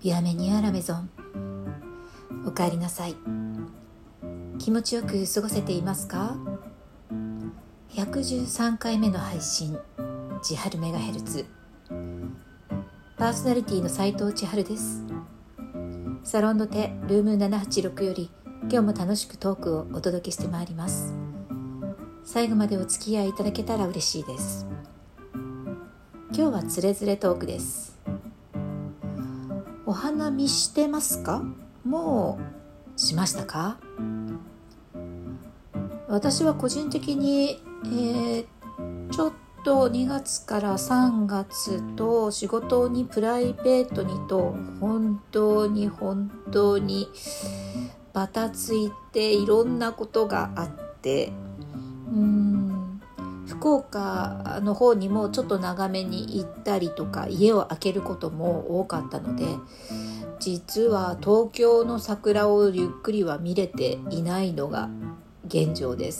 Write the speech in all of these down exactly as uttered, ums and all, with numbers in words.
ビアメニュアラメゾン、おかえりなさい。気持ちよく過ごせていますか？ひゃくじゅうさんかいめの配信、千春メガヘルツ。パーソナリティの斉藤千春です。サロンの手ルームななはちろくより今日も楽しくトークをお届けしてまいります。最後までお付き合いいただけたら嬉しいです。今日はつれづれトークです。お花見してますか？もうしましたか？私は個人的に、えー、ちょっとにがつからさんがつと仕事にプライベートにと本当に本当にバタついていろんなことがあって、うーん福岡の方にもちょっと長めに行ったりとか家を空けることも多かったので、実は東京の桜をゆっくりは見れていないのが現状です。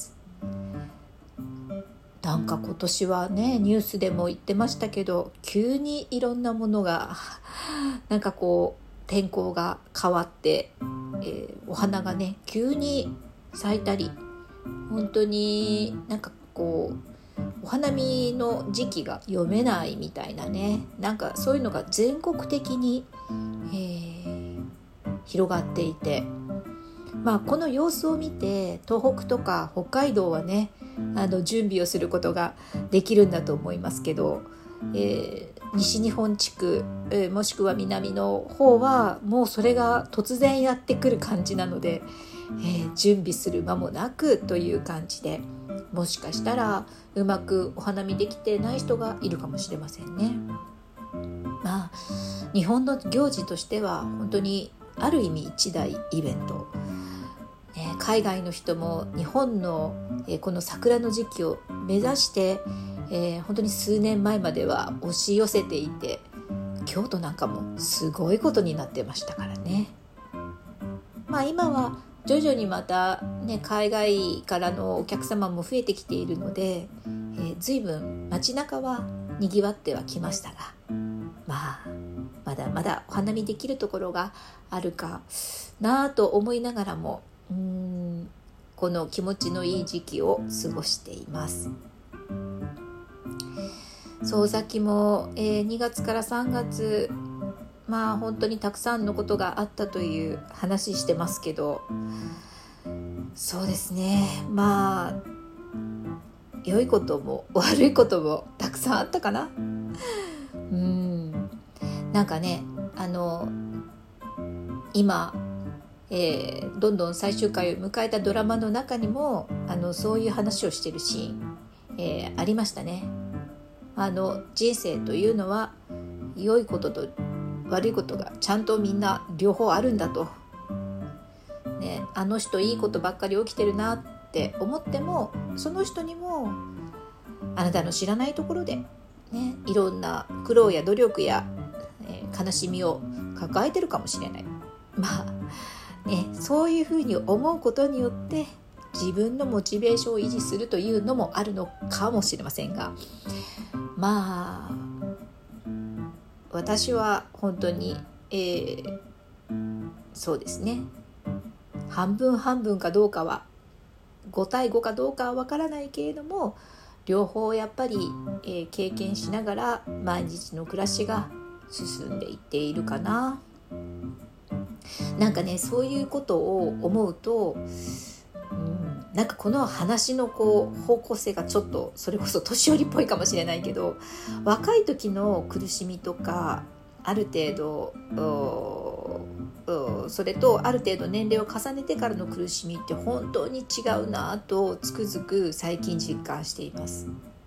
なんか今年はね、ニュースでも言ってましたけど、急にいろんなものがなんかこう天候が変わって、えー、お花がね急に咲いたり、本当になんかこうお花見の時期が読めないみたいなね、なんかそういうのが全国的に、えー、広がっていて、まあこの様子を見て東北とか北海道はね、あの準備をすることができるんだと思いますけど、えー、西日本地区、えー、もしくは南の方はもうそれが突然やってくる感じなので、えー、準備する間もなくという感じで、もしかしたらうまくお花見できてない人がいるかもしれませんね。まあ日本の行事としては本当にある意味一大イベント、ね、海外の人も日本の、えー、この桜の時期を目指して、えー、本当に数年前までは押し寄せていて、京都なんかもすごいことになってましたからね。まあ今は徐々にまた、ね、海外からのお客様も増えてきているので、えー、随分街中はにぎわってはきましたが、まあまだまだお花見できるところがあるかなと思いながらも、うーんこの気持ちのいい時期を過ごしています。そう、さっきも、えー、にがつからさんがつ、まあ本当にたくさんのことがあったという話してますけど、そうですね、まあ良いことも悪いこともたくさんあったかな。うーんなんかね、あの今、えー、どんどん最終回を迎えたドラマの中にもあのそういう話をしているシーン、えー、ありましたね。あの人生というのは良いことと悪いことがちゃんとみんな両方あるんだと、ね、あの人いいことばっかり起きてるなって思っても、その人にもあなたの知らないところで、ね、いろんな苦労や努力や、えー、悲しみを抱えてるかもしれない。まあね、そういうふうに思うことによって自分のモチベーションを維持するというのもあるのかもしれませんが、まあ私は本当に、えー、そうですね、半分半分かどうかはごたいごかどうかはわからないけれども、両方やっぱり、えー、経験しながら毎日の暮らしが進んでいっているかな。なんかね、そういうことを思うと、うん、なんかこの話のこう方向性がちょっとそれこそ年寄りっぽいかもしれないけど、若い時の苦しみとかある程度それとある程度年齢を重ねてからの苦しみって本当に違うなとつくづく最近実感しています。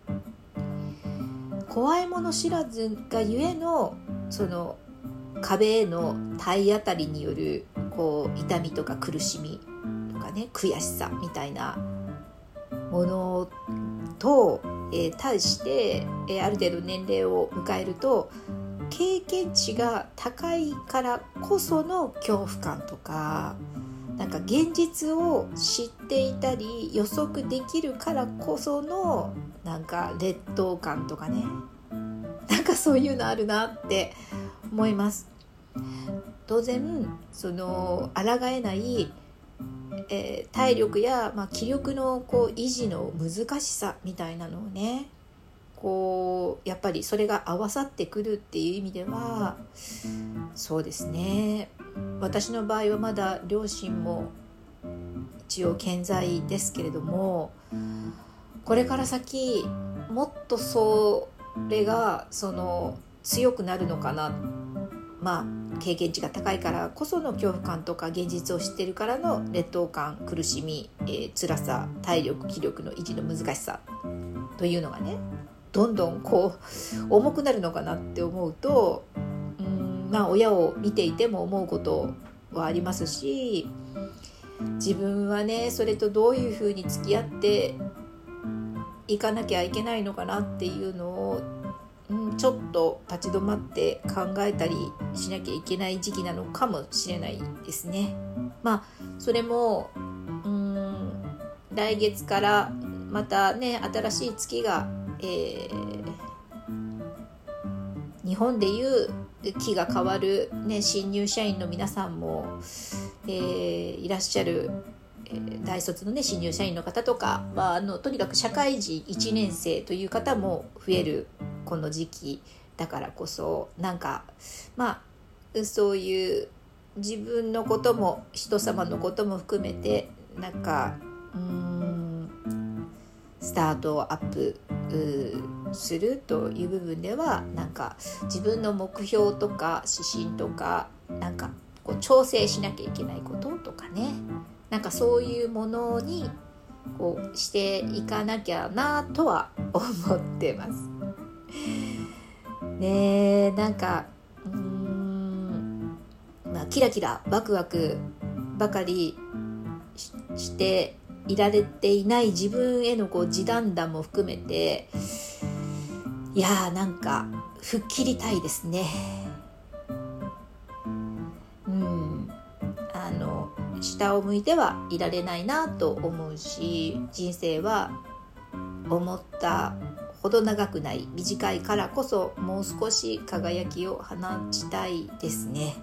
怖いもの知らずがゆえのその壁への体当たりによるこう痛みとか苦しみとかね、悔しさみたいなものと、えー、対して、えー、ある程度年齢を迎えると経験値が高いからこその恐怖感とか、なんか現実を知っていたり予測できるからこそのなんか劣等感とかね、なんかそういうのあるなって思います。 当然その抗えない、えー、体力や、まあ、気力のこう維持の難しさみたいなのをね、こうやっぱりそれが合わさってくるっていう意味では、そうですね、私の場合はまだ両親も一応健在ですけれども、これから先もっとそれがその強くなるのかな、まあ経験値が高いからこその恐怖感とか現実を知ってるからの劣等感、苦しみ、えー、辛さ、体力気力の維持の難しさというのがね、どんどんこう重くなるのかなって思うと、うーん、まあ親を見ていても思うことはありますし、自分はねそれとどういうふうに付き合っていかなきゃいけないのかなっていうのを、うん、ちょっと立ち止まって考えたりしなきゃいけない時期なのかもしれないですね。まあそれもうーん来月からまたね新しい月が、えー、日本でいう期が変わる、ね、新入社員の皆さんも、えー、いらっしゃる、えー、大卒の、ね、新入社員の方とか、まあ、あのとにかく社会人いちねん生という方も増えるこの時期だからこそ、なんかまあそういう自分のことも人様のことも含めてなんかうーんスタートアップするという部分では、なんか自分の目標とか指針とかなんかこう調整しなきゃいけないこととかね、なんかそういうものにこうしていかなきゃなとは思ってますね。なんかうーん、まあ、キラキラワクワクばかり し, していられていない自分へのこう自断談も含めて、いやーなんか吹っ切りたいですね。うん、あの下を向いてはいられないなと思うし、人生は思ったほど長くない短いからこそもう少し輝きを放ちたいですね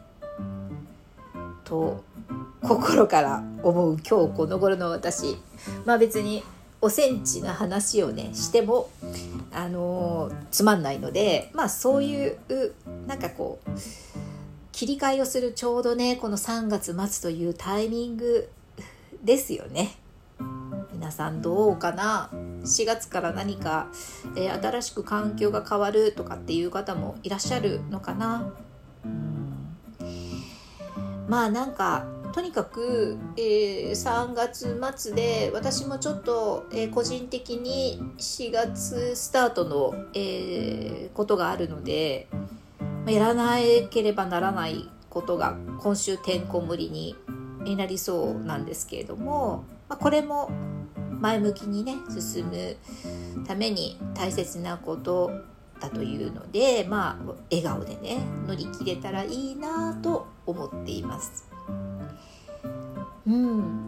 と心から思う今日この頃の私。まあ別におセンチな話をねしてもあのー、つまんないので、まあそういうなんかこう切り替えをするちょうどねこのさんがつ末というタイミングですよね。皆さんどうかな。しがつから何か、えー、新しく環境が変わるとかっていう方もいらっしゃるのかな。うん、まあなんかとにかく、えー、さんがつ末で私もちょっと、えー、個人的にしがつスタートの、えー、ことがあるので、やらなければならないことが今週てんこ盛りになりそうなんですけれども、まあ、これも前向きにね進むために大切なことだというので、まあ笑顔でね乗り切れたらいいなと思っています。うん、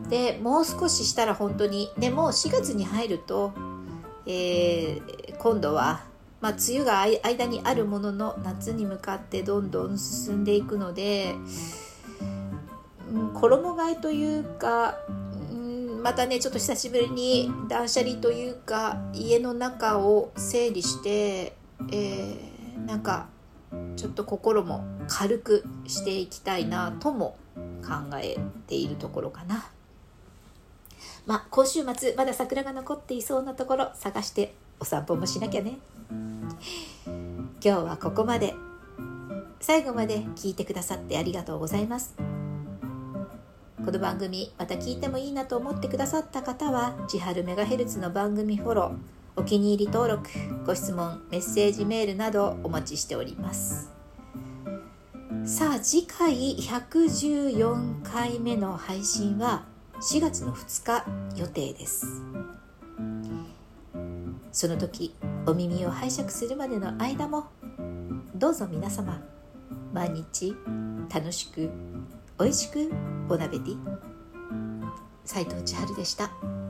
でもう少ししたら本当にねもうしがつに入ると、えー、今度は、まあ、梅雨が間にあるものの夏に向かってどんどん進んでいくので、うん、衣替えというか、うん、またねちょっと久しぶりに断捨離というか家の中を整理して、えー、なんかちょっと心も軽くしていきたいなとも考えているところかな。まあ今週末まだ桜が残っていそうなところ探してお散歩もしなきゃね。今日はここまで。最後まで聞いてくださってありがとうございます。この番組また聞いてもいいなと思ってくださった方は千春メガヘルツの番組フォロー、お気に入り登録、ご質問、メッセージメールなどお待ちしております。さあ次回ひゃくじゅうよんかいめの配信はしがつのふつか予定です。その時お耳を拝借するまでの間もどうぞ皆様毎日楽しくおいしくボナベティ。斉藤千春でした。